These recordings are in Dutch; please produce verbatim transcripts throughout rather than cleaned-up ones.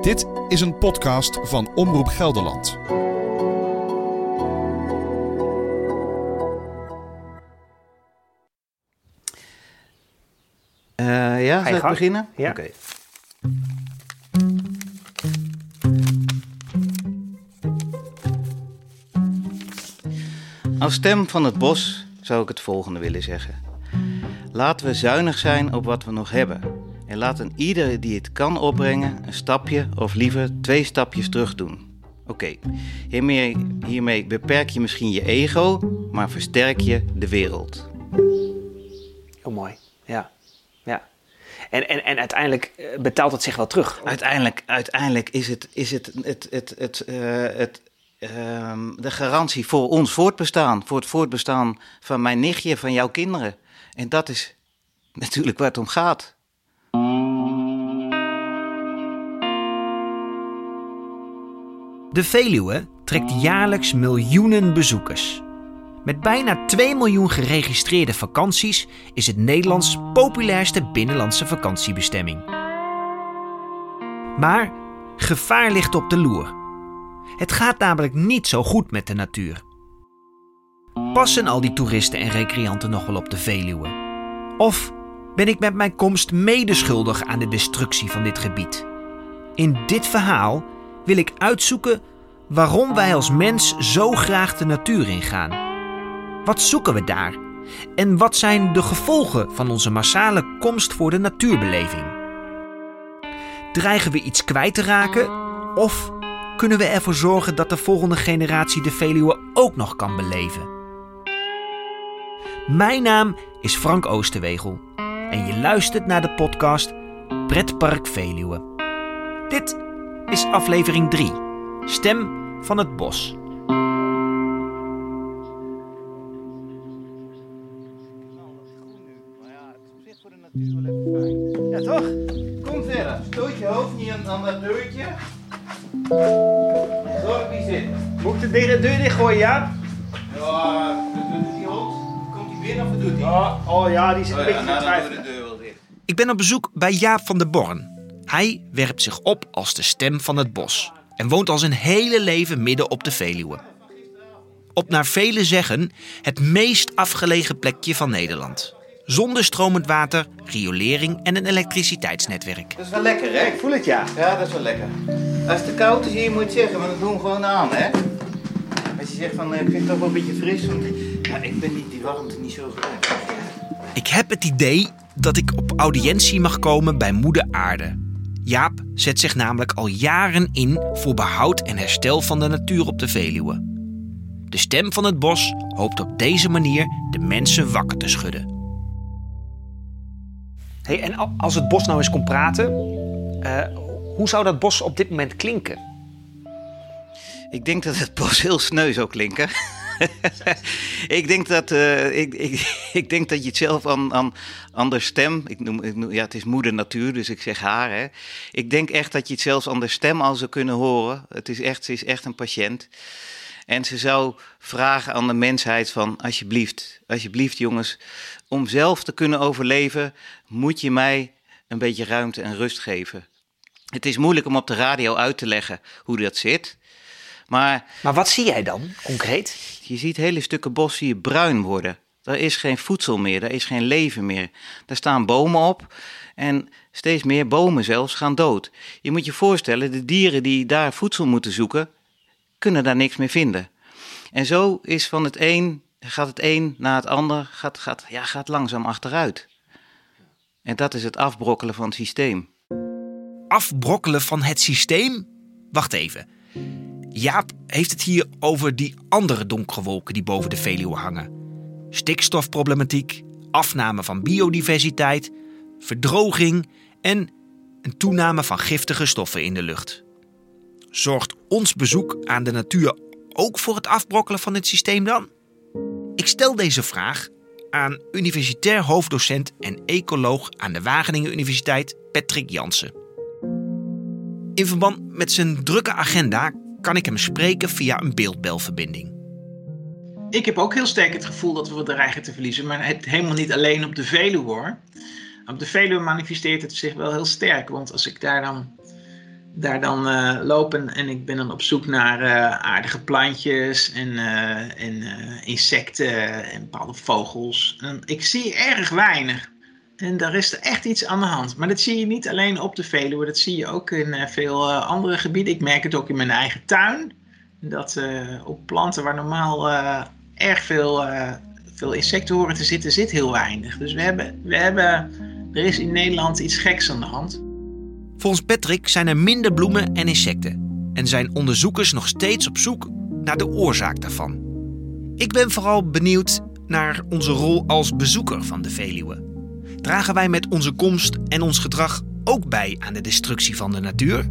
Dit is een podcast van Omroep Gelderland. Uh, ja, zal ik beginnen? Ja. Oké. Okay. Als stem van het bos zou ik het volgende willen zeggen. Laten we zuinig zijn op wat we nog hebben. En laten ieder die het kan opbrengen een stapje of liever twee stapjes terug doen. Oké, okay. hiermee, hiermee beperk je misschien je ego, maar versterk je de wereld. Heel mooi, ja. ja. En, en, en uiteindelijk betaalt het zich wel terug. Uiteindelijk, uiteindelijk is het, is het, het, het, het, uh, het uh, de garantie voor ons voortbestaan. Voor het voortbestaan van mijn nichtje, van jouw kinderen. En dat is natuurlijk waar het om gaat. De Veluwe trekt jaarlijks miljoenen bezoekers. Met bijna twee miljoen geregistreerde vakanties is het Nederlands populairste binnenlandse vakantiebestemming. Maar gevaar ligt op de loer. Het gaat namelijk niet zo goed met de natuur. Passen al die toeristen en recreanten nog wel op de Veluwe? Of ben ik met mijn komst medeschuldig aan de destructie van dit gebied? In dit verhaal wil ik uitzoeken waarom wij als mens zo graag de natuur ingaan. Wat zoeken we daar? En wat zijn de gevolgen van onze massale komst voor de natuurbeleving? Dreigen we iets kwijt te raken? Of kunnen we ervoor zorgen dat de volgende generatie de Veluwe ook nog kan beleven? Mijn naam is Frank Oosterwegel en je luistert naar de podcast Pretpark Veluwe. Dit is aflevering drie, Stem van het Bos. Ja, toch? Kom verder. Stoot je hoofd niet aan, aan dat deurtje. Zorg wie zit. Moet ik de deur dichtgooien, ja? Ja, doet die hond? Komt hij binnen of wat doet hij? Oh, oh ja, die zit Oh, een ja, beetje nou, te dan twijfelen. doe de deur wel dicht. Ik ben op bezoek bij Jaap van der Born. Hij werpt zich op als de stem van het bos en woont al zijn hele leven midden op de Veluwe. Op naar velen zeggen het meest afgelegen plekje van Nederland. Zonder stromend water, riolering en een elektriciteitsnetwerk. Dat is wel lekker, hè? Ik voel het, ja. Ja, dat is wel lekker. Als het te koud is hier, moet je het zeggen, maar dan doen we gewoon aan, hè? Als je zegt van, ik vind het toch wel een beetje fris, want ja, ik ben niet die warmte niet zo gewend. Ik heb het idee dat ik op audiëntie mag komen bij Moeder Aarde. Jaap zet zich namelijk al jaren in voor behoud en herstel van de natuur op de Veluwe. De stem van het bos hoopt op deze manier de mensen wakker te schudden. Hey, en als het bos nou eens kon praten, uh, hoe zou dat bos op dit moment klinken? Ik denk dat het bos heel sneu zou klinken. ik, denk dat, uh, ik, ik, ik denk dat je het zelf aan, aan, aan de stem... Ik noem, ik noem, ja, het is moeder natuur, dus ik zeg haar. Hè. Ik denk echt dat je het zelfs aan de stem al zou kunnen horen. Het is echt, ze is echt een patiënt. En ze zou vragen aan de mensheid van... Alsjeblieft, alsjeblieft jongens, om zelf te kunnen overleven... moet je mij een beetje ruimte en rust geven. Het is moeilijk om op de radio uit te leggen hoe dat zit... Maar, maar wat zie jij dan, concreet? Je ziet hele stukken bos zie je bruin worden. Er is geen voedsel meer, er is geen leven meer. Er staan bomen op en steeds meer bomen zelfs gaan dood. Je moet je voorstellen, de dieren die daar voedsel moeten zoeken... kunnen daar niks meer vinden. En zo is van het een, gaat het een na het ander, gaat, gaat, ja, gaat langzaam achteruit. En dat is het afbrokkelen van het systeem. Afbrokkelen van het systeem? Wacht even. Jaap heeft het hier over die andere donkere wolken die boven de Veluwe hangen. Stikstofproblematiek, afname van biodiversiteit, verdroging en een toename van giftige stoffen in de lucht. Zorgt ons bezoek aan de natuur ook voor het afbrokkelen van het systeem dan? Ik stel deze vraag aan universitair hoofddocent en ecoloog aan de Wageningen Universiteit Patrick Jansen. In verband met zijn drukke agenda kan ik hem spreken via een beeldbelverbinding. Ik heb ook heel sterk het gevoel dat we wat dreigen te verliezen, maar het helemaal niet alleen op de Veluwe hoor. Op de Veluwe manifesteert het zich wel heel sterk, want als ik daar dan daar dan uh, lopen en ik ben dan op zoek naar uh, aardige plantjes en, uh, en uh, insecten en bepaalde vogels. En ik zie erg weinig. En daar is er echt iets aan de hand. Maar dat zie je niet alleen op de Veluwe, dat zie je ook in uh, veel uh, andere gebieden. Ik merk het ook in mijn eigen tuin. Dat uh, op planten waar normaal uh, erg veel, uh, veel insecten horen te zitten, zit heel weinig. Dus we hebben, we hebben, er is in Nederland iets geks aan de hand. Volgens Patrick zijn er minder bloemen en insecten. En zijn onderzoekers nog steeds op zoek naar de oorzaak daarvan. Ik ben vooral benieuwd naar onze rol als bezoeker van de Veluwe. Dragen wij met onze komst en ons gedrag ook bij aan de destructie van de natuur?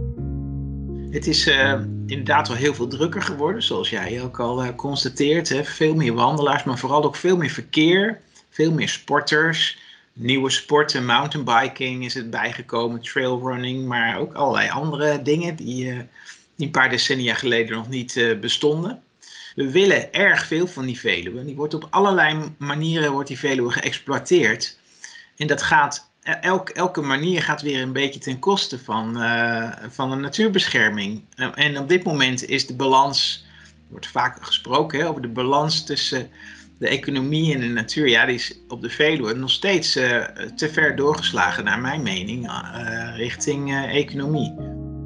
Het is uh, inderdaad wel heel veel drukker geworden, zoals jij ook al uh, constateert. Hè. Veel meer wandelaars, maar vooral ook veel meer verkeer. Veel meer sporters. Nieuwe sporten, mountainbiking is het bijgekomen, trailrunning. Maar ook allerlei andere dingen die, uh, die een paar decennia geleden nog niet uh, bestonden. We willen erg veel van die Veluwe. Die wordt op allerlei manieren wordt die Veluwe geëxploiteerd. En dat gaat, elk, elke manier gaat weer een beetje ten koste van, uh, van de natuurbescherming. Uh, en op dit moment is de balans, er wordt vaak gesproken hè, over de balans tussen de economie en de natuur. Ja, die is op de Veluwe nog steeds uh, te ver doorgeslagen, naar mijn mening, uh, richting uh, economie.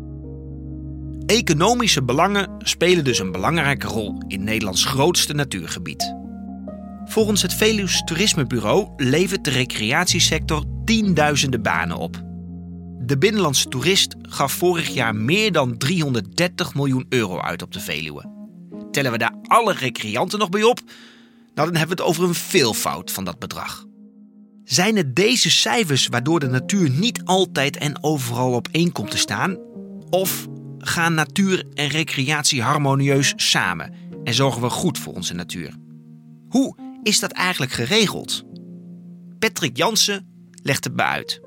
Economische belangen spelen dus een belangrijke rol in Nederlands grootste natuurgebied. Volgens het Veluws Toerismebureau levert de recreatiesector tienduizenden banen op. De binnenlandse toerist gaf vorig jaar meer dan driehonderddertig miljoen euro uit op de Veluwe. Tellen we daar alle recreanten nog bij op, nou, dan hebben we het over een veelvoud van dat bedrag. Zijn het deze cijfers waardoor de natuur niet altijd en overal op één komt te staan? Of gaan natuur en recreatie harmonieus samen en zorgen we goed voor onze natuur? Hoe is dat eigenlijk geregeld? Patrick Jansen legt het me uit.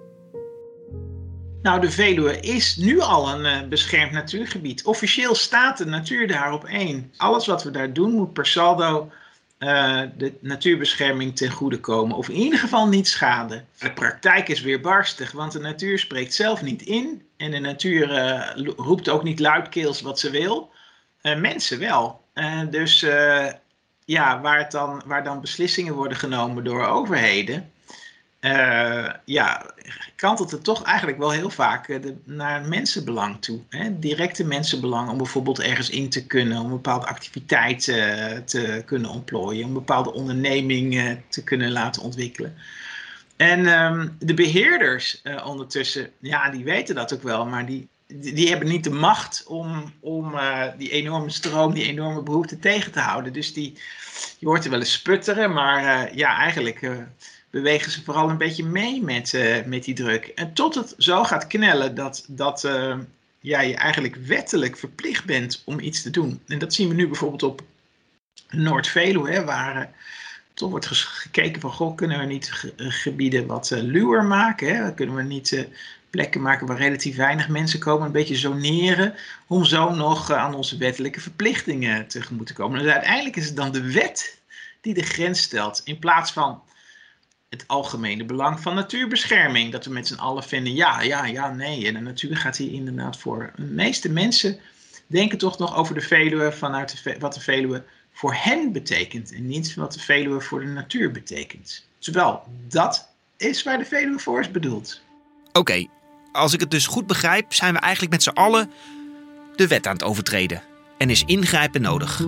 Nou, de Veluwe is nu al een uh, beschermd natuurgebied. Officieel staat de natuur daar op één. Alles wat we daar doen moet per saldo uh, de natuurbescherming ten goede komen. Of in ieder geval niet schaden. De praktijk is weerbarstig, want de natuur spreekt zelf niet in. En de natuur uh, roept ook niet luidkeels wat ze wil. Uh, mensen wel. Uh, dus uh, ja, waar, het dan, waar dan beslissingen worden genomen door overheden, Uh, ja, kantelt het toch eigenlijk wel heel vaak uh, de, naar mensenbelang toe. Hè? Directe mensenbelang om bijvoorbeeld ergens in te kunnen, om een bepaalde activiteit uh, te kunnen ontplooien, om een bepaalde onderneming uh, te kunnen laten ontwikkelen. En um, de beheerders uh, ondertussen, ja, die weten dat ook wel, maar die, die, die hebben niet de macht om, om uh, die enorme stroom, die enorme behoefte tegen te houden. Dus die, je hoort er wel eens sputteren, maar uh, ja, eigenlijk Uh, bewegen ze vooral een beetje mee met, uh, met die druk. En tot het zo gaat knellen dat, dat uh, ja, je eigenlijk wettelijk verplicht bent om iets te doen. En dat zien we nu bijvoorbeeld op Noord-Veluwe, waar uh, toch wordt ges- gekeken van, goh, kunnen we niet ge- gebieden wat uh, luwer maken? Hè? Kunnen we niet uh, plekken maken waar relatief weinig mensen komen, een beetje zoneren, om zo nog uh, aan onze wettelijke verplichtingen tegemoet te komen. Dus uiteindelijk is het dan de wet die de grens stelt, in plaats van het algemene belang van natuurbescherming. Dat we met z'n allen vinden, ja, ja, ja, nee. En de natuur gaat hier inderdaad voor. De meeste mensen denken toch nog over de Veluwe vanuit de, wat de Veluwe voor hen betekent. En niet wat de Veluwe voor de natuur betekent. Terwijl dat is waar de Veluwe voor is bedoeld. Oké, okay, als ik het dus goed begrijp, zijn we eigenlijk met z'n allen de wet aan het overtreden. En is ingrijpen nodig.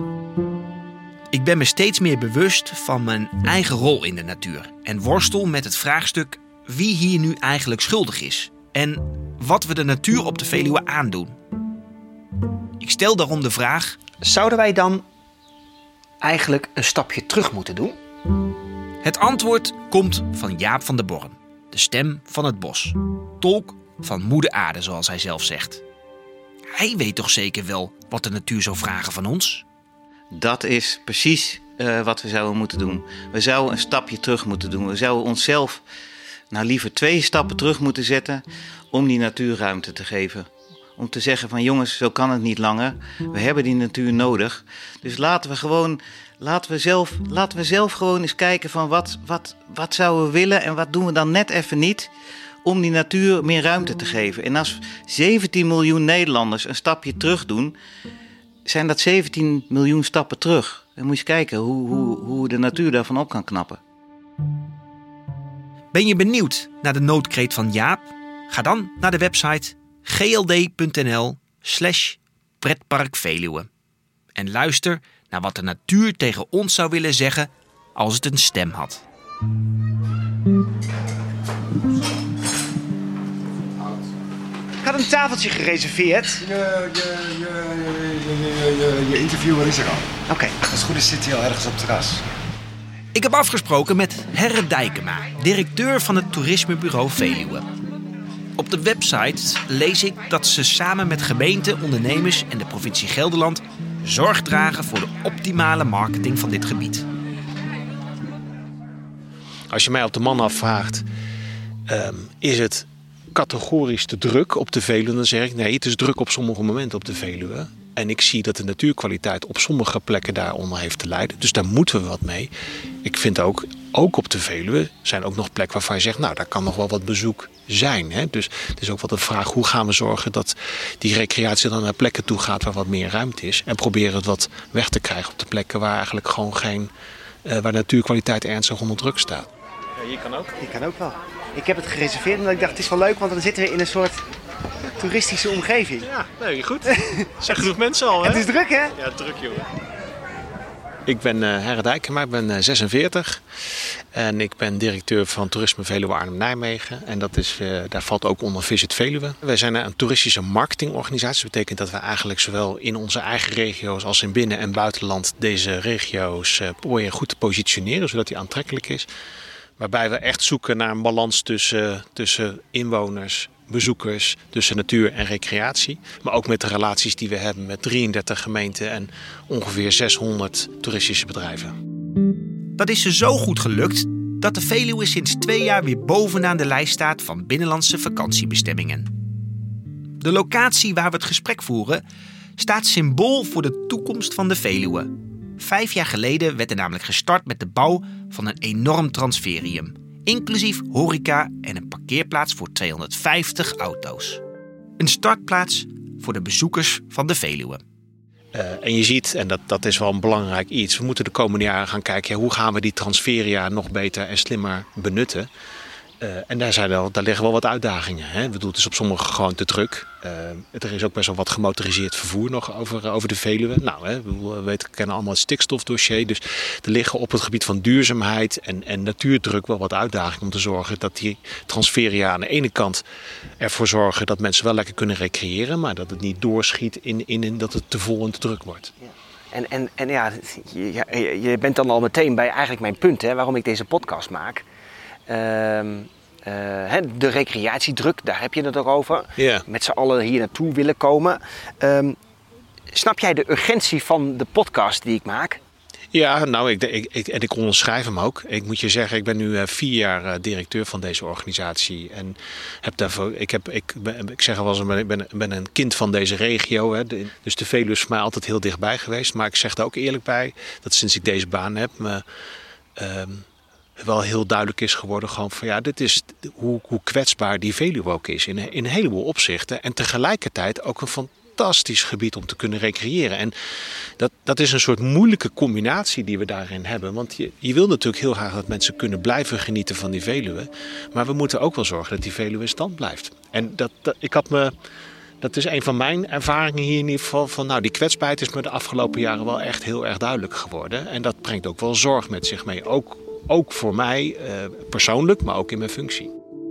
Ik ben me steeds meer bewust van mijn eigen rol in de natuur en worstel met het vraagstuk wie hier nu eigenlijk schuldig is en wat we de natuur op de Veluwe aandoen. Ik stel daarom de vraag: zouden wij dan eigenlijk een stapje terug moeten doen? Het antwoord komt van Jaap van der Born, de stem van het bos, tolk van moeder aarde, zoals hij zelf zegt. Hij weet toch zeker wel wat de natuur zou vragen van ons? Dat is precies uh, wat we zouden moeten doen. We zouden een stapje terug moeten doen. We zouden onszelf nou liever twee stappen terug moeten zetten om die natuur ruimte te geven. Om te zeggen van jongens, zo kan het niet langer. We hebben die natuur nodig. Dus laten we gewoon, laten we zelf, laten we zelf gewoon eens kijken van wat, wat, wat zouden we willen en wat doen we dan net even niet. om die natuur meer ruimte te geven. En als zeventien miljoen Nederlanders een stapje terug doen, zijn dat zeventien miljoen stappen terug. Dan moet je eens kijken hoe, hoe, hoe de natuur daarvan op kan knappen. Ben je benieuwd naar de noodkreet van Jaap? Ga dan naar de website gld.nl slash pretparkveluwe. En luister naar wat de natuur tegen ons zou willen zeggen als het een stem had. Ik had een tafeltje gereserveerd. Je, je, je, je, je, je interviewer is er al. Oké. Okay. Als het goed is zit hij al ergens op het terras. Ik heb afgesproken met Herre Dijkema, directeur van het toerismebureau Veluwe. Op de website lees ik dat ze samen met gemeenten, ondernemers en de provincie Gelderland zorg dragen voor de optimale marketing van dit gebied. Als je mij op de man afvraagt, um, is het categorisch te druk op de Veluwe? Dan zeg ik nee, het is druk op sommige momenten op de Veluwe. En ik zie dat de natuurkwaliteit op sommige plekken daaronder heeft te lijden. Dus daar moeten we wat mee. Ik vind ook, ook op de Veluwe zijn ook nog plekken waarvan je zegt, nou, daar kan nog wel wat bezoek zijn. Hè? Dus het is ook wel de vraag, hoe gaan we zorgen dat die recreatie dan naar plekken toe gaat waar wat meer ruimte is. En proberen het wat weg te krijgen op de plekken waar eigenlijk gewoon geen, uh, waar natuurkwaliteit ernstig onder druk staat. Ja, je kan ook. Je kan ook wel. Ik heb het gereserveerd omdat ik dacht, het is wel leuk, want dan zitten we in een soort toeristische omgeving. Ja, nee, goed. Er zijn genoeg mensen al, hè? Het is druk, hè? Ja, druk, jongen. Ik ben uh, Herre Dijkema, ik ben uh, zesenveertig en ik ben directeur van Toerisme Veluwe Arnhem-Nijmegen. En dat is, uh, daar valt ook onder Visit Veluwe. Wij zijn een toeristische marketingorganisatie. Dat betekent dat we eigenlijk zowel in onze eigen regio's als in binnen- en buitenland deze regio's uh, proberen goed te positioneren, zodat die aantrekkelijk is. Waarbij we echt zoeken naar een balans tussen, tussen inwoners, bezoekers, tussen natuur en recreatie. Maar ook met de relaties die we hebben met drieëndertig gemeenten en ongeveer zeshonderd toeristische bedrijven. Dat is ze zo goed gelukt dat de Veluwe sinds twee jaar weer bovenaan de lijst staat van binnenlandse vakantiebestemmingen. De locatie waar we het gesprek voeren staat symbool voor de toekomst van de Veluwe. Vijf jaar geleden werd er namelijk gestart met de bouw van een enorm transferium, inclusief horeca en een parkeerplaats voor tweehonderdvijftig auto's. Een startplaats voor de bezoekers van de Veluwe. Uh, en je ziet, en dat, dat is wel een belangrijk iets, we moeten de komende jaren gaan kijken, ja, hoe gaan we die transferia nog beter en slimmer benutten. Uh, en daar, zijn wel, daar liggen wel wat uitdagingen. Hè? Ik bedoel, het is op sommige gewoon te druk. Uh, er is ook best wel wat gemotoriseerd vervoer nog over, over de Veluwe. Nou, hè, we weten, we kennen allemaal het stikstofdossier. Dus er liggen op het gebied van duurzaamheid en, en natuurdruk wel wat uitdagingen om te zorgen dat die transferia aan de ene kant ervoor zorgen dat mensen wel lekker kunnen recreëren, maar dat het niet doorschiet in, in, in dat het te vol en te druk wordt. Ja. En, en, en ja, je, je bent dan al meteen bij eigenlijk mijn punt, hè, waarom ik deze podcast maak. Uh, uh, de recreatiedruk, daar heb je het ook over. Yeah. Met z'n allen hier naartoe willen komen. Um, snap jij de urgentie van de podcast die ik maak? Ja, nou, ik, ik, ik, en ik onderschrijf hem ook. Ik moet je zeggen, ik ben nu uh, vier jaar uh, directeur van deze organisatie. En heb daarvoor, ik, heb, ik, ben, ik zeg al wel eens, ik ben, ben een kind van deze regio. Hè. De, dus de Veluwe is voor mij altijd heel dichtbij geweest. Maar ik zeg er ook eerlijk bij, dat sinds ik deze baan heb, me, um, wel heel duidelijk is geworden gewoon van ja, dit is hoe, hoe kwetsbaar die Veluwe ook is in, in een heleboel opzichten. En tegelijkertijd ook een fantastisch gebied om te kunnen recreëren. En dat, dat is een soort moeilijke combinatie die we daarin hebben. Want je, je wil natuurlijk heel graag dat mensen kunnen blijven genieten van die Veluwe. Maar we moeten ook wel zorgen dat die Veluwe in stand blijft. En dat, dat, ik had me... Dat is een van mijn ervaringen hier in ieder geval. Van, nou, die kwetsbaarheid is me de afgelopen jaren wel echt heel erg duidelijk geworden. En dat brengt ook wel zorg met zich mee. Ook, ook voor mij uh, persoonlijk, maar ook in mijn functie.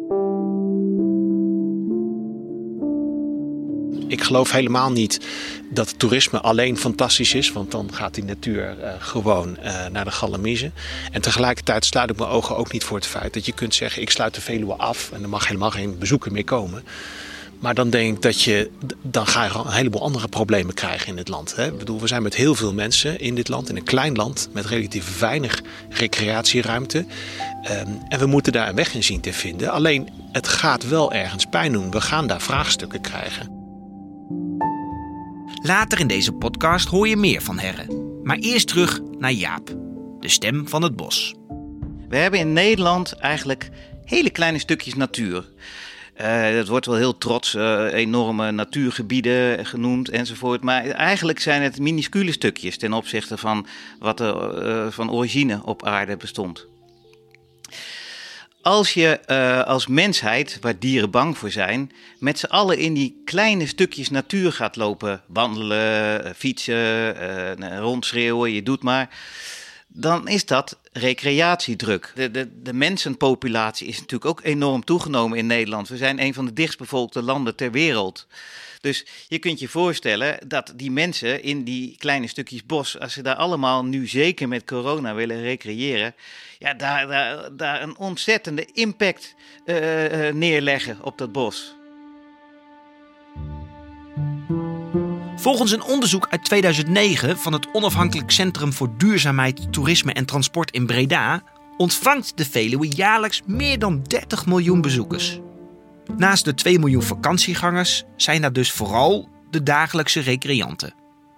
Ik geloof helemaal niet dat toerisme alleen fantastisch is. Want dan gaat die natuur uh, gewoon uh, naar de galamiezen. En tegelijkertijd sluit ik mijn ogen ook niet voor het feit dat je kunt zeggen, ik sluit de Veluwe af en er mag helemaal geen bezoeker meer komen. Maar dan denk ik dat je, dan ga je een heleboel andere problemen krijgen in dit land. Hè? Ik bedoel, we zijn met heel veel mensen in dit land, in een klein land, met relatief weinig recreatieruimte. Um, en we moeten daar een weg in zien te vinden. Alleen, het gaat wel ergens pijn doen. We gaan daar vraagstukken krijgen. Later in deze podcast hoor je meer van Herre. Maar eerst terug naar Jaap, de stem van het bos. We hebben in Nederland eigenlijk hele kleine stukjes natuur. Uh, dat wordt wel heel trots, uh, enorme natuurgebieden genoemd enzovoort. Maar eigenlijk zijn het minuscule stukjes ten opzichte van wat er uh, van origine op aarde bestond. Als je uh, als mensheid, waar dieren bang voor zijn, met z'n allen in die kleine stukjes natuur gaat lopen, wandelen, uh, fietsen, uh, rondschreeuwen, je doet maar, dan is dat recreatiedruk. De, de, de mensenpopulatie is natuurlijk ook enorm toegenomen in Nederland. We zijn een van de dichtstbevolkte landen ter wereld. Dus je kunt je voorstellen dat die mensen in die kleine stukjes bos, als ze daar allemaal nu zeker met corona willen recreëren, ja, daar, daar, daar een ontzettende impact uh, uh, neerleggen op dat bos. Volgens een onderzoek uit tweeduizend negen van het Onafhankelijk Centrum voor Duurzaamheid, Toerisme en Transport in Breda ontvangt de Veluwe jaarlijks meer dan dertig miljoen bezoekers. Naast de twee miljoen vakantiegangers zijn dat dus vooral de dagelijkse recreanten.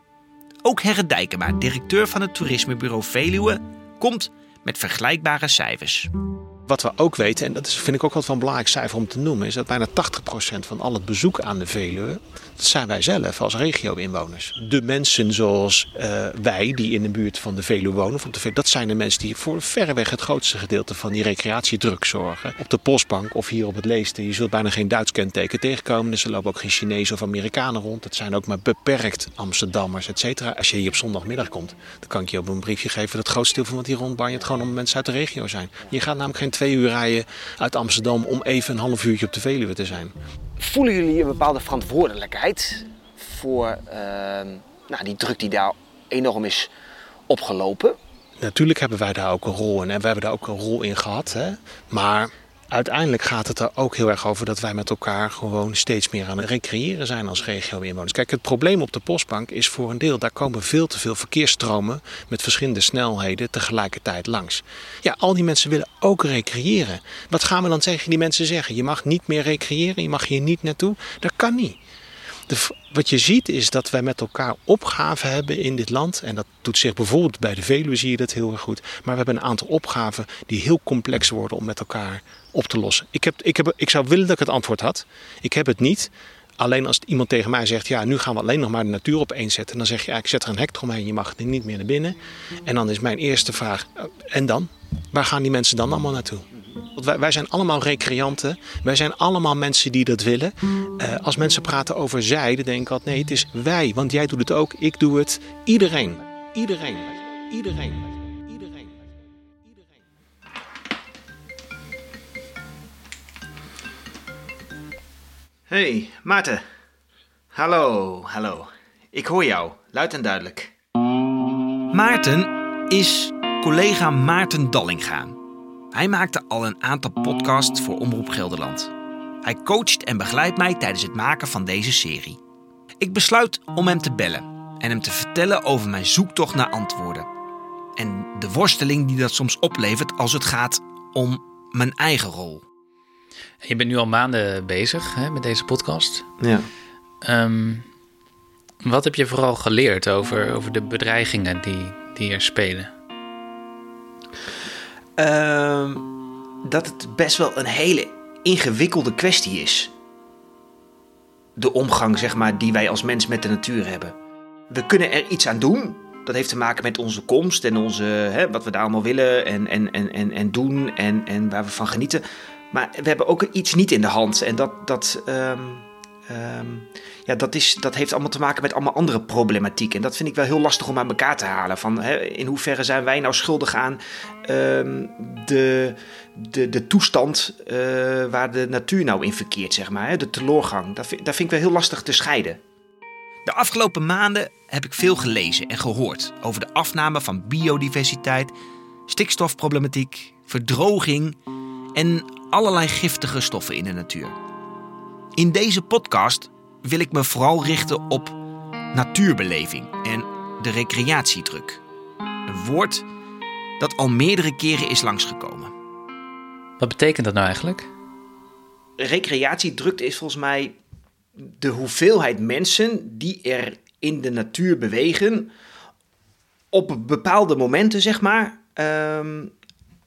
Ook Herre Dijkema, directeur van het toerismebureau Veluwe, komt met vergelijkbare cijfers. Wat we ook weten, en dat is, vind ik ook wat van een belangrijk cijfer om te noemen, is dat bijna tachtig procent van al het bezoek aan de Veluwe, dat zijn wij zelf als regio-inwoners. De mensen zoals uh, wij die in de buurt van de Veluwe wonen, of op de Veluwe, dat zijn de mensen die voor verreweg het grootste gedeelte van die recreatiedruk zorgen. Op de postbank of hier op het Leesten, je zult bijna geen Duits kenteken tegenkomen. Dus er lopen ook geen Chinezen of Amerikanen rond. Dat zijn ook maar beperkt Amsterdammers, et cetera. Als je hier op zondagmiddag komt, dan kan ik je op een briefje geven dat het grootste deel van wat hier rondbanjert gewoon om mensen uit de regio zijn. Je gaat namelijk geen twee uur rijden uit Amsterdam om even een half uurtje op de Veluwe te zijn. Voelen jullie een bepaalde verantwoordelijkheid voor uh, nou, die druk die daar enorm is opgelopen? Natuurlijk hebben wij daar ook een rol in en we hebben daar ook een rol in gehad. Hè? Maar uiteindelijk gaat het er ook heel erg over dat wij met elkaar gewoon steeds meer aan het recreëren zijn als regio-inwoners. Kijk, het probleem op de postbank is voor een deel, daar komen veel te veel verkeersstromen met verschillende snelheden tegelijkertijd langs. Ja, al die mensen willen ook recreëren. Wat gaan we dan tegen die mensen zeggen? Je mag niet meer recreëren, je mag hier niet naartoe. Dat kan niet. De, wat je ziet is dat wij met elkaar opgaven hebben in dit land. En dat doet zich bijvoorbeeld bij de Veluwe, zie je dat heel erg goed. Maar we hebben een aantal opgaven die heel complex worden om met elkaar op te lossen. Ik, heb, ik, heb, ik zou willen dat ik het antwoord had. Ik heb het niet. Alleen als iemand tegen mij zegt, ja, nu gaan we alleen nog maar de natuur op één zetten. Dan zeg je, ja, ik zet er een hek eromheen, je mag er niet meer naar binnen. En dan is mijn eerste vraag, en dan? Waar gaan die mensen dan allemaal naartoe? Want wij, wij zijn allemaal recreanten. Wij zijn allemaal mensen die dat willen. Uh, als mensen praten over zij, dan denk ik altijd, nee, het is wij. Want jij doet het ook, ik doe het. Iedereen. Iedereen. Iedereen. Iedereen. Iedereen. Hey, Maarten. Hallo, hallo. Ik hoor jou, luid en duidelijk. Maarten is collega Maarten Dallinga. Hij maakte al een aantal podcasts voor Omroep Gelderland. Hij coacht en begeleidt mij tijdens het maken van deze serie. Ik besluit om hem te bellen en hem te vertellen over mijn zoektocht naar antwoorden. En de worsteling die dat soms oplevert als het gaat om mijn eigen rol. Je bent nu al maanden bezig hè, met deze podcast. Ja. Um, wat heb je vooral geleerd over, over de bedreigingen die, die er spelen? Uh, dat het best wel een hele ingewikkelde kwestie is. De omgang, zeg maar, die wij als mens met de natuur hebben. We kunnen er iets aan doen. Dat heeft te maken met onze komst en onze, hè, wat we daar allemaal willen en, en, en, en, en doen en, en waar we van genieten. Maar we hebben ook iets niet in de hand. En dat, dat, um, um, ja, dat, is, dat heeft allemaal te maken met allemaal andere problematiek. En dat vind ik wel heel lastig om aan elkaar te halen. Van, hè, in hoeverre zijn wij nou schuldig aan um, de, de, de toestand uh, waar de natuur nou in verkeert, zeg maar. Hè, de teloorgang. Dat vind, dat vind ik wel heel lastig te scheiden. De afgelopen maanden heb ik veel gelezen en gehoord over de afname van biodiversiteit, stikstofproblematiek, verdroging en allerlei giftige stoffen in de natuur. In deze podcast wil ik me vooral richten op natuurbeleving en de recreatiedruk. Een woord dat al meerdere keren is langsgekomen. Wat betekent dat nou eigenlijk? Recreatiedruk is volgens mij de hoeveelheid mensen die er in de natuur bewegen op bepaalde momenten, zeg maar, um,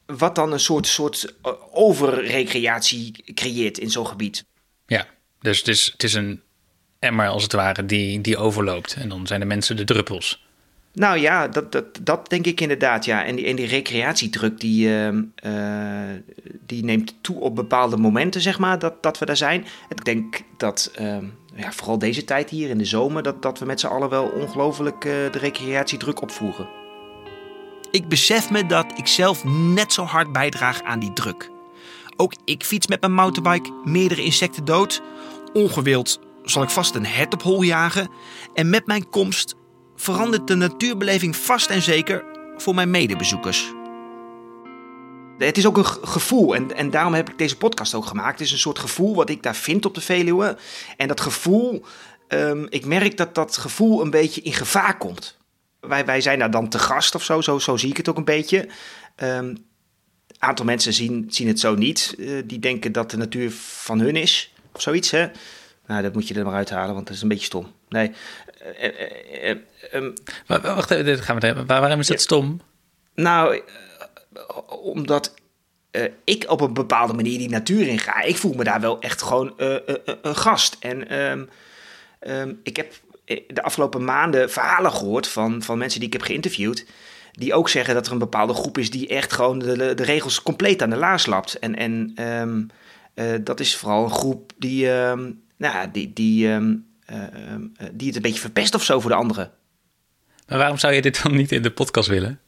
wat dan een soort, soort overrecreatie creëert in zo'n gebied. Ja, dus het is, het is een emmer als het ware die, die overloopt. En dan zijn de mensen de druppels. Nou ja, dat, dat, dat denk ik inderdaad, ja. En die, en die recreatiedruk, die, uh, uh, die neemt toe op bepaalde momenten, zeg maar, dat, dat we daar zijn. Ik denk dat, uh, ja, vooral deze tijd hier in de zomer, dat, dat we met z'n allen wel ongelooflijk uh, de recreatiedruk opvoeren. Ik besef me dat ik zelf net zo hard bijdraag aan die druk. Ook ik fiets met mijn mountainbike meerdere insecten dood. Ongewild zal ik vast een hert op hol jagen. En met mijn komst verandert de natuurbeleving vast en zeker voor mijn medebezoekers. Het is ook een gevoel en, en daarom heb ik deze podcast ook gemaakt. Het is een soort gevoel wat ik daar vind op de Veluwe. En dat gevoel, um, ik merk dat dat gevoel een beetje in gevaar komt. Wij, wij zijn daar dan te gast of zo, zo, zo zie ik het ook een beetje. Een um, aantal mensen zien, zien het zo niet. Uh, die denken dat de natuur van hun is, of zoiets, hè. Nou, dat moet je er maar uithalen, want dat is een beetje stom. Nee. Uh, uh, uh, um, Wacht even, dit gaan we het hebben. Waarom is dat stom? Nou, uh, omdat uh, ik op een bepaalde manier die natuur in ga. Ik voel me daar wel echt gewoon uh, uh, uh, een gast. En um, um, ik heb de afgelopen maanden verhalen gehoord van, van mensen die ik heb geïnterviewd, die ook zeggen dat er een bepaalde groep is die echt gewoon de, de regels compleet aan de laars lapt. En, en um, uh, dat is vooral een groep die, um, nou, die, die, um, uh, um, uh, die het een beetje verpest of zo voor de anderen. Maar waarom zou je dit dan niet in de podcast willen?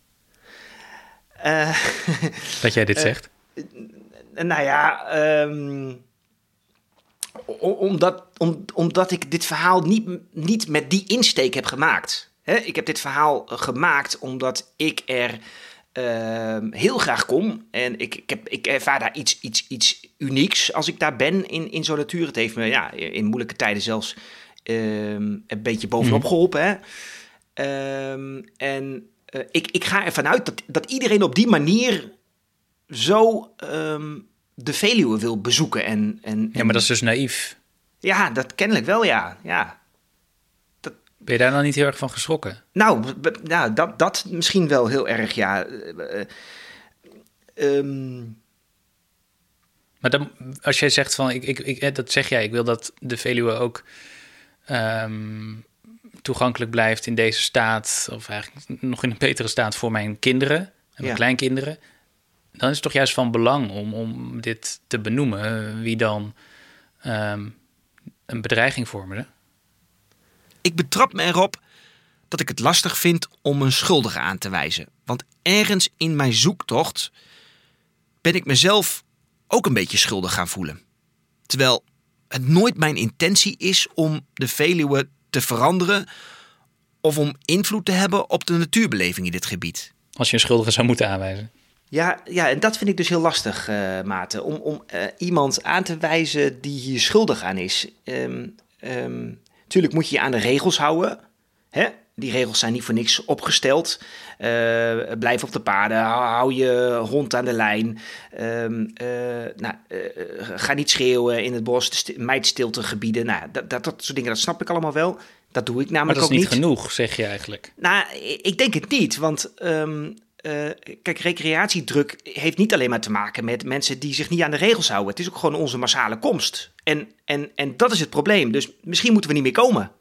Uh, dat jij dit uh, zegt? Uh, nou ja, um, omdat, om, omdat ik dit verhaal niet, niet met die insteek heb gemaakt. He, ik heb dit verhaal gemaakt omdat ik er uh, heel graag kom. En ik, ik, heb, ik ervaar daar iets, iets, iets unieks als ik daar ben in, in zo'n natuur. Het heeft me ja, in moeilijke tijden zelfs uh, een beetje bovenop geholpen. Hè. Uh, en uh, ik, ik ga ervan uit dat, dat iedereen op die manier zo um, de Veluwe wil bezoeken. En, en, ja, maar dat is dus naïef. Ja, dat kennelijk wel, ja. ja. Dat... Ben je daar dan niet heel erg van geschrokken? Nou, b- nou dat, dat misschien wel heel erg, ja. Uh, um... Maar dan, als jij zegt van, ik, ik, ik, dat zeg jij, ik wil dat de Veluwe ook um, toegankelijk blijft in deze staat, of eigenlijk nog in een betere staat voor mijn kinderen en mijn ja. kleinkinderen. Dan is het toch juist van belang om, om dit te benoemen, wie dan um, een bedreiging vormde. Ik betrap me erop dat ik het lastig vind om een schuldige aan te wijzen. Want ergens in mijn zoektocht ben ik mezelf ook een beetje schuldig gaan voelen. Terwijl het nooit mijn intentie is om de Veluwe te veranderen of om invloed te hebben op de natuurbeleving in dit gebied. Als je een schuldige zou moeten aanwijzen. Ja, ja, en dat vind ik dus heel lastig, uh, Maarten. Om, om uh, iemand aan te wijzen die hier schuldig aan is. Um, um, tuurlijk moet je je aan de regels houden. Hè? Die regels zijn niet voor niks opgesteld. Uh, blijf op de paden, hou, hou je hond aan de lijn. Um, uh, nou, uh, ga niet schreeuwen in het bos, st- mijd stiltegebieden. Nou, dat, dat, dat soort dingen, dat snap ik allemaal wel. Dat doe ik namelijk ook niet. Maar dat is niet genoeg, zeg je eigenlijk? Nou, ik denk het niet, want... Um, Uh, kijk, recreatiedruk heeft niet alleen maar te maken met mensen die zich niet aan de regels houden. Het is ook gewoon onze massale komst. En, en, en dat is het probleem. Dus misschien moeten we niet meer komen.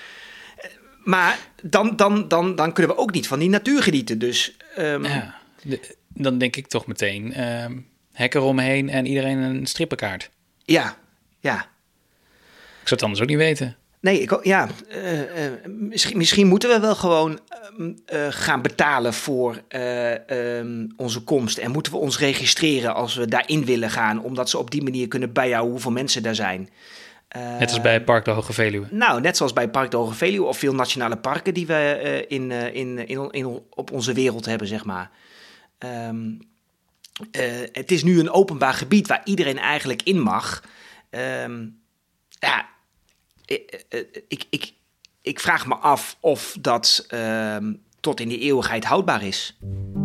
Maar dan, dan, dan, dan kunnen we ook niet van die natuur genieten. Dus, um... ja, de, dan denk ik toch meteen um, hek eromheen en iedereen een strippenkaart. Ja, ja. Ik zou het anders ook niet weten. Nee, ik, ja, uh, uh, misschien, misschien moeten we wel gewoon uh, uh, gaan betalen voor uh, um, onze komst. En moeten we ons registreren als we daarin willen gaan, omdat ze op die manier kunnen bijhouden hoeveel mensen daar zijn. Uh, net als bij Park de Hoge Veluwe. Nou, net zoals bij Park de Hoge Veluwe of veel nationale parken die we uh, in, uh, in, in, in, op onze wereld hebben, zeg maar. Um, uh, het is nu een openbaar gebied waar iedereen eigenlijk in mag. Um, ja... Ik, ik, ik, ik vraag me af of dat uh, tot in de eeuwigheid houdbaar is.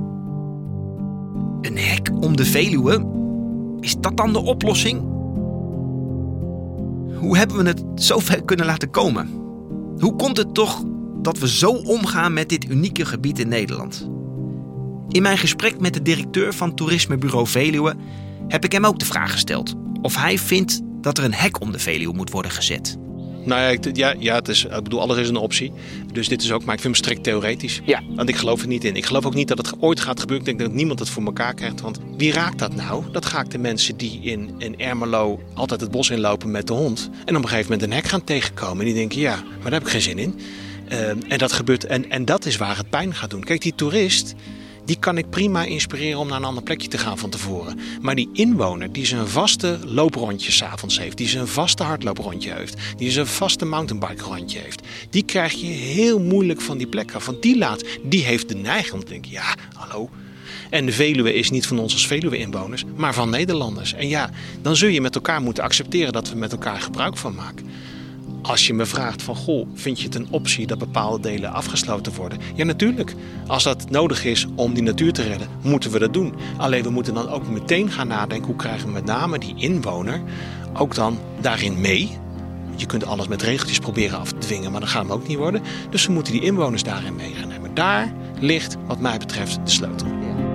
Een hek om de Veluwe? Is dat dan de oplossing? Hoe hebben we het zo ver kunnen laten komen? Hoe komt het toch dat we zo omgaan met dit unieke gebied in Nederland? In mijn gesprek met de directeur van Toerismebureau Veluwe heb ik hem ook de vraag gesteld of hij vindt dat er een hek om de Veluwe moet worden gezet. Nou ja, ik, ja, ja het is, ik bedoel, alles is een optie. Dus dit is ook, maar ik vind hem strikt theoretisch. Ja. Want ik geloof er niet in. Ik geloof ook niet dat het ooit gaat gebeuren. Ik denk dat niemand het voor elkaar krijgt. Want wie raakt dat nou? Dat raakt de mensen die in, in Ermelo altijd het bos inlopen met de hond. En op een gegeven moment een hek gaan tegenkomen. En die denken, ja, maar daar heb ik geen zin in. Uh, en dat gebeurt. En, en dat is waar het pijn gaat doen. Kijk, die toerist, die kan ik prima inspireren om naar een ander plekje te gaan van tevoren. Maar die inwoner die zijn vaste looprondje 's avonds heeft, die zijn vaste hardlooprondje heeft, die zijn vaste mountainbike rondje heeft, die krijg je heel moeilijk van die plek af. Want die laat, die heeft de neiging om te denken, ja, hallo. En de Veluwe is niet van ons als Veluwe-inwoners, maar van Nederlanders. En ja, dan zul je met elkaar moeten accepteren dat we met elkaar gebruik van maken. Als je me vraagt van, goh, vind je het een optie dat bepaalde delen afgesloten worden? Ja, natuurlijk. Als dat nodig is om die natuur te redden, moeten we dat doen. Alleen we moeten dan ook meteen gaan nadenken, hoe krijgen we met name die inwoner ook dan daarin mee? Je kunt alles met regeltjes proberen af te dwingen, maar dat gaat hem ook niet worden. Dus we moeten die inwoners daarin mee gaan nemen. Daar ligt, wat mij betreft, de sleutel.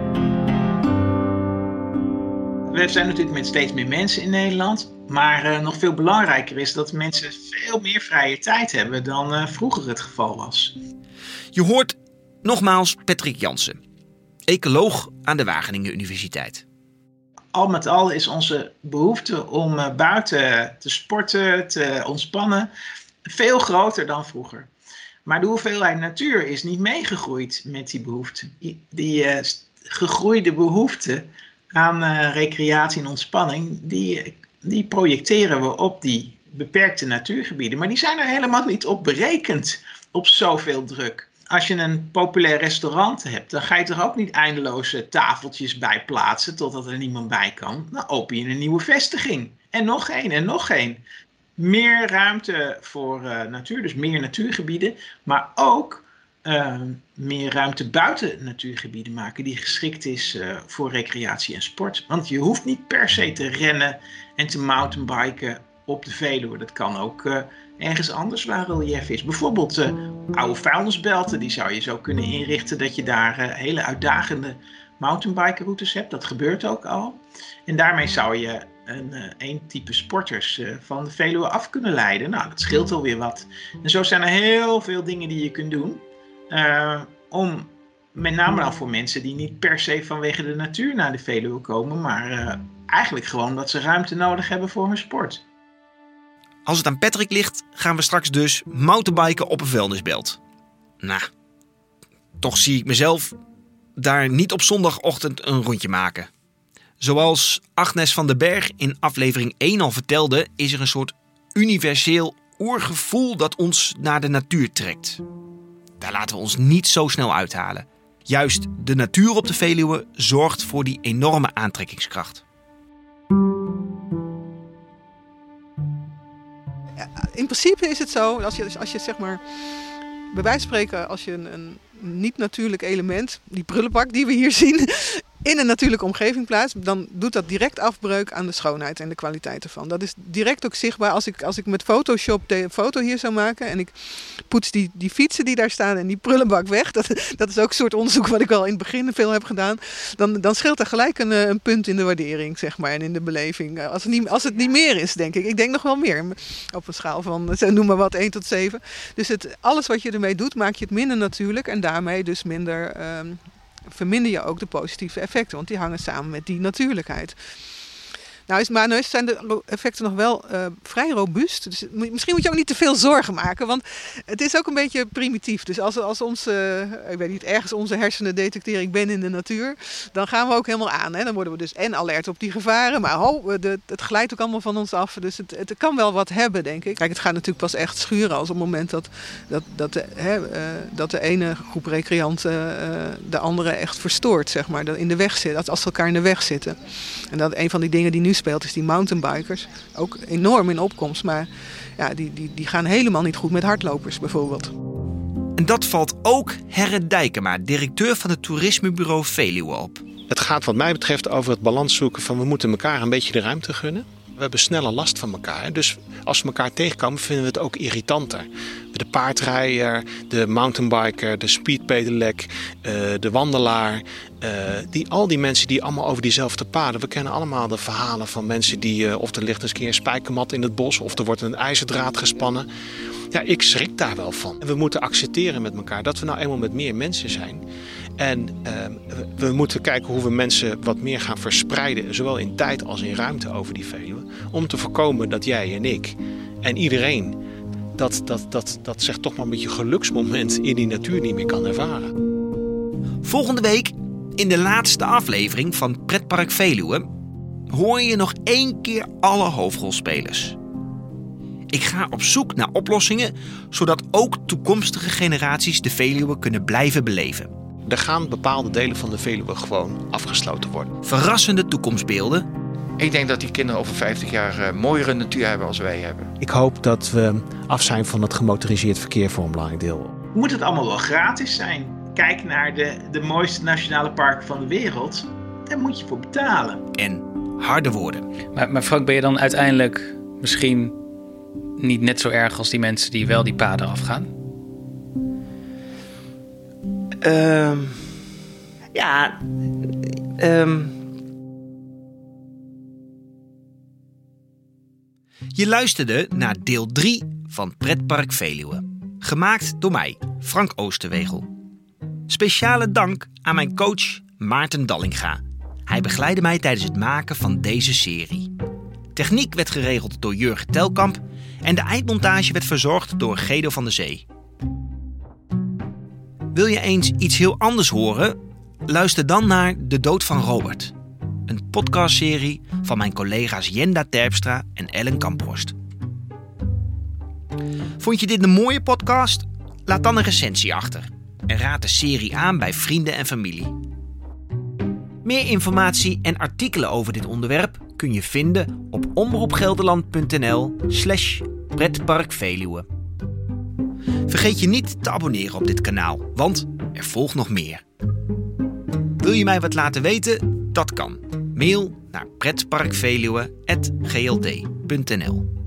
We zijn natuurlijk met steeds meer mensen in Nederland. Maar uh, nog veel belangrijker is dat mensen veel meer vrije tijd hebben dan uh, vroeger het geval was. Je hoort nogmaals Patrick Jansen, ecoloog aan de Wageningen Universiteit. Al met al is onze behoefte om uh, buiten te sporten, te ontspannen, veel groter dan vroeger. Maar de hoeveelheid natuur is niet meegegroeid met die behoefte. Die, die uh, gegroeide behoefte aan uh, recreatie en ontspanning, die, die projecteren we op die beperkte natuurgebieden. Maar die zijn er helemaal niet op berekend, op zoveel druk. Als je een populair restaurant hebt, dan ga je toch ook niet eindeloze tafeltjes bij plaatsen totdat er niemand bij kan. Dan open je een nieuwe vestiging. En nog één en nog één. Meer ruimte voor uh, natuur, dus meer natuurgebieden, maar ook Uh, meer ruimte buiten natuurgebieden maken die geschikt is uh, voor recreatie en sport. Want je hoeft niet per se te rennen en te mountainbiken op de Veluwe. Dat kan ook uh, ergens anders waar relief is. Bijvoorbeeld uh, oude vuilnisbelten, die zou je zo kunnen inrichten dat je daar uh, hele uitdagende mountainbikenroutes hebt. Dat gebeurt ook al. En daarmee zou je een, uh, een type sporters uh, van de Veluwe af kunnen leiden. Nou, dat scheelt alweer wat. En zo zijn er heel veel dingen die je kunt doen. Uh, om met name dan voor mensen die niet per se vanwege de natuur naar de Veluwe komen, maar uh, eigenlijk gewoon dat ze ruimte nodig hebben voor hun sport. Als het aan Patrick ligt, gaan we straks dus mountainbiken op een vuilnisbelt. Nou, toch zie ik mezelf daar niet op zondagochtend een rondje maken. Zoals Agnes van den Berg in aflevering één al vertelde, is er een soort universeel oergevoel dat ons naar de natuur trekt. Daar laten we ons niet zo snel uithalen. Juist de natuur op de Veluwe zorgt voor die enorme aantrekkingskracht. Ja, in principe is het zo, als je, als je zeg maar, bij wijze van spreken, als je een, een niet-natuurlijk element, die prullenbak die we hier zien, in een natuurlijke omgeving plaatst, dan doet dat direct afbreuk aan de schoonheid en de kwaliteit ervan. Dat is direct ook zichtbaar als ik, als ik met Photoshop de foto hier zou maken en ik poets die, die fietsen die daar staan en die prullenbak weg. Dat, dat is ook een soort onderzoek wat ik al in het begin veel heb gedaan. Dan, dan scheelt er gelijk een, een punt in de waardering, zeg maar, en in de beleving. Als het, niet, als het niet meer is, denk ik. Ik denk nog wel meer. Op een schaal van, noem maar wat, één tot zeven. Dus het, alles wat je ermee doet, maak je het minder natuurlijk en daarmee dus minder Um, verminder je ook de positieve effecten, want die hangen samen met die natuurlijkheid. Nou, is, maar nu zijn de effecten nog wel uh, vrij robuust. Dus misschien moet je ook niet te veel zorgen maken, want het is ook een beetje primitief. Dus als, als onze, uh, ik weet niet, ergens onze hersenen detecteren, ik ben in de natuur, dan gaan we ook helemaal aan. Hè? Dan worden we dus en alert op die gevaren, maar ho, de, het glijdt ook allemaal van ons af. Dus het, het kan wel wat hebben, denk ik. Kijk, het gaat natuurlijk pas echt schuren als op het moment dat, dat, dat, de, hè, uh, dat de ene groep recreanten uh, de andere echt verstoort, zeg maar, in de weg zit. Als ze elkaar in de weg zitten. En dat een van die dingen die nu speelt is die mountainbikers. Ook enorm in opkomst, maar ja, die, die, die gaan helemaal niet goed met hardlopers bijvoorbeeld. En dat valt ook Herre Dijkema, directeur van het Toerismebureau Veluwe, op. Het gaat wat mij betreft over het balans zoeken van we moeten elkaar een beetje de ruimte gunnen. hebben sneller last van elkaar. Dus als we elkaar tegenkomen, vinden we het ook irritanter. De paardrijder, de mountainbiker, de speedpedelec, uh, de wandelaar. Uh, die, al die mensen die allemaal over diezelfde paden. We kennen allemaal de verhalen van mensen die... Uh, of er ligt eens een keer een spijkermat in het bos, of er wordt een ijzerdraad gespannen. Ja, ik schrik daar wel van. En we moeten accepteren met elkaar dat we nou eenmaal met meer mensen zijn. En uh, we, we moeten kijken hoe we mensen wat meer gaan verspreiden, zowel in tijd als in ruimte over die Veluwe. Om te voorkomen dat jij en ik en iedereen dat, dat, dat, dat zeg toch maar een beetje geluksmoment in die natuur niet meer kan ervaren. Volgende week, in de laatste aflevering van Pretpark Veluwe, hoor je nog één keer alle hoofdrolspelers. Ik ga op zoek naar oplossingen, zodat ook toekomstige generaties de Veluwe kunnen blijven beleven. Er gaan bepaalde delen van de Veluwe gewoon afgesloten worden. Verrassende toekomstbeelden. Ik denk dat die kinderen over vijftig jaar uh, mooiere natuur hebben als wij hebben. Ik hoop dat we af zijn van het gemotoriseerd verkeer voor een belangrijk deel. Moet het allemaal wel gratis zijn? Kijk naar de, de mooiste nationale parken van de wereld. Daar moet je voor betalen. En harde woorden. Maar, maar Frank, ben je dan uiteindelijk misschien niet net zo erg als die mensen die wel die paden afgaan? Um, ja, um... Je luisterde naar deel drie van Pretpark Veluwe. Gemaakt door mij, Frank Oosterwegel. Speciale dank aan mijn coach Maarten Dallinga. Hij begeleidde mij tijdens het maken van deze serie. Techniek werd geregeld door Jurgen Telkamp en de eindmontage werd verzorgd door Gedo van der Zee. Wil je eens iets heel anders horen? Luister dan naar De Dood van Robert. Een podcastserie van mijn collega's Jenda Terpstra en Ellen Kamphorst. Vond je dit een mooie podcast? Laat dan een recensie achter. En raad de serie aan bij vrienden en familie. Meer informatie en artikelen over dit onderwerp kun je vinden op omroepgelderland.nl slash pretparkveluwe. Vergeet je niet te abonneren op dit kanaal, want er volgt nog meer. Wil je mij wat laten weten? Dat kan. Mail naar pretparkveluwe apenstaartje g l d punt n l.